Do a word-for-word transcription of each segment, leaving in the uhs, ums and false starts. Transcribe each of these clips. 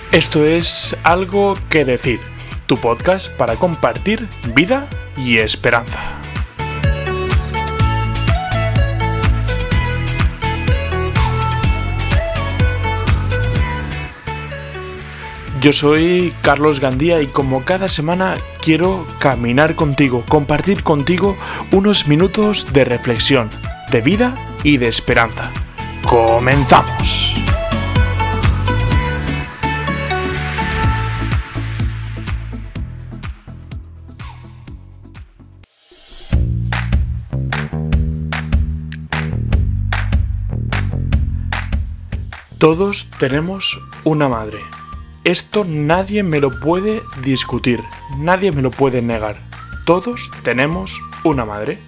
Esto es Algo que Decir, tu podcast para compartir vida y esperanza. Yo soy Carlos Gandía y como cada semana quiero caminar contigo, compartir contigo unos minutos de reflexión, de vida y de esperanza. ¡Comenzamos! Todos tenemos una madre. Esto nadie me lo puede discutir, nadie me lo puede negar. Todos tenemos una madre.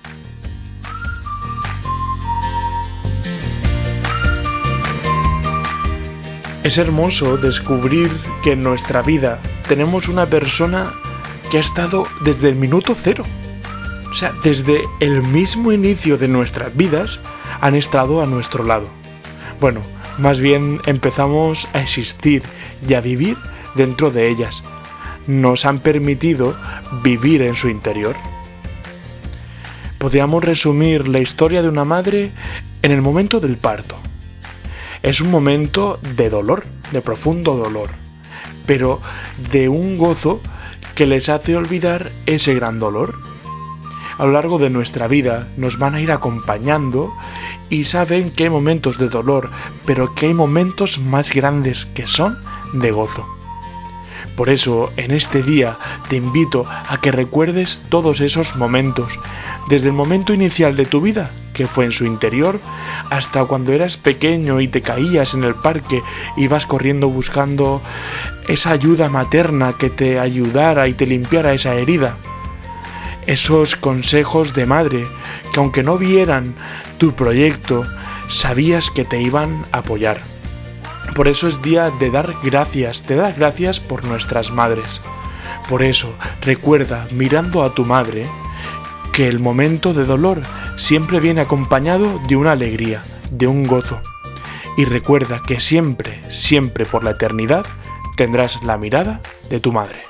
Es hermoso descubrir que en nuestra vida tenemos una persona que ha estado desde el minuto cero. O sea, desde el mismo inicio de nuestras vidas han estado a nuestro lado. Bueno, más bien empezamos a existir y a vivir dentro de ellas. Nos han permitido vivir en su interior. Podríamos resumir la historia de una madre en el momento del parto. Es un momento de dolor, de profundo dolor, pero de un gozo que les hace olvidar ese gran dolor. A lo largo de nuestra vida nos van a ir acompañando y saben que hay momentos de dolor, pero que hay momentos más grandes que son de gozo. Por eso, en este día te invito a que recuerdes todos esos momentos, desde el momento inicial de tu vida, que fue en su interior, hasta cuando eras pequeño y te caías en el parque y vas corriendo buscando esa ayuda materna que te ayudara y te limpiara esa herida. Esos consejos de madre que aunque no vieran tu proyecto, sabías que te iban a apoyar. Por eso es día de dar gracias, de dar gracias por nuestras madres. Por eso, recuerda, mirando a tu madre, que el momento de dolor siempre viene acompañado de una alegría, de un gozo. Y recuerda que siempre, siempre por la eternidad, tendrás la mirada de tu madre.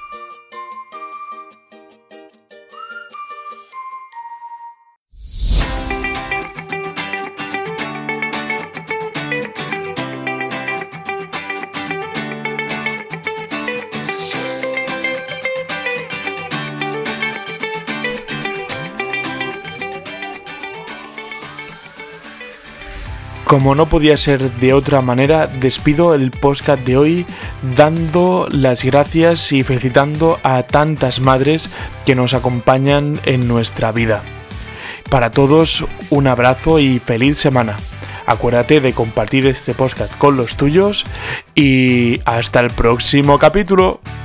Como no podía ser de otra manera, despido el podcast de hoy dando las gracias y felicitando a tantas madres que nos acompañan en nuestra vida. Para todos, un abrazo y feliz semana. Acuérdate de compartir este podcast con los tuyos y hasta el próximo capítulo.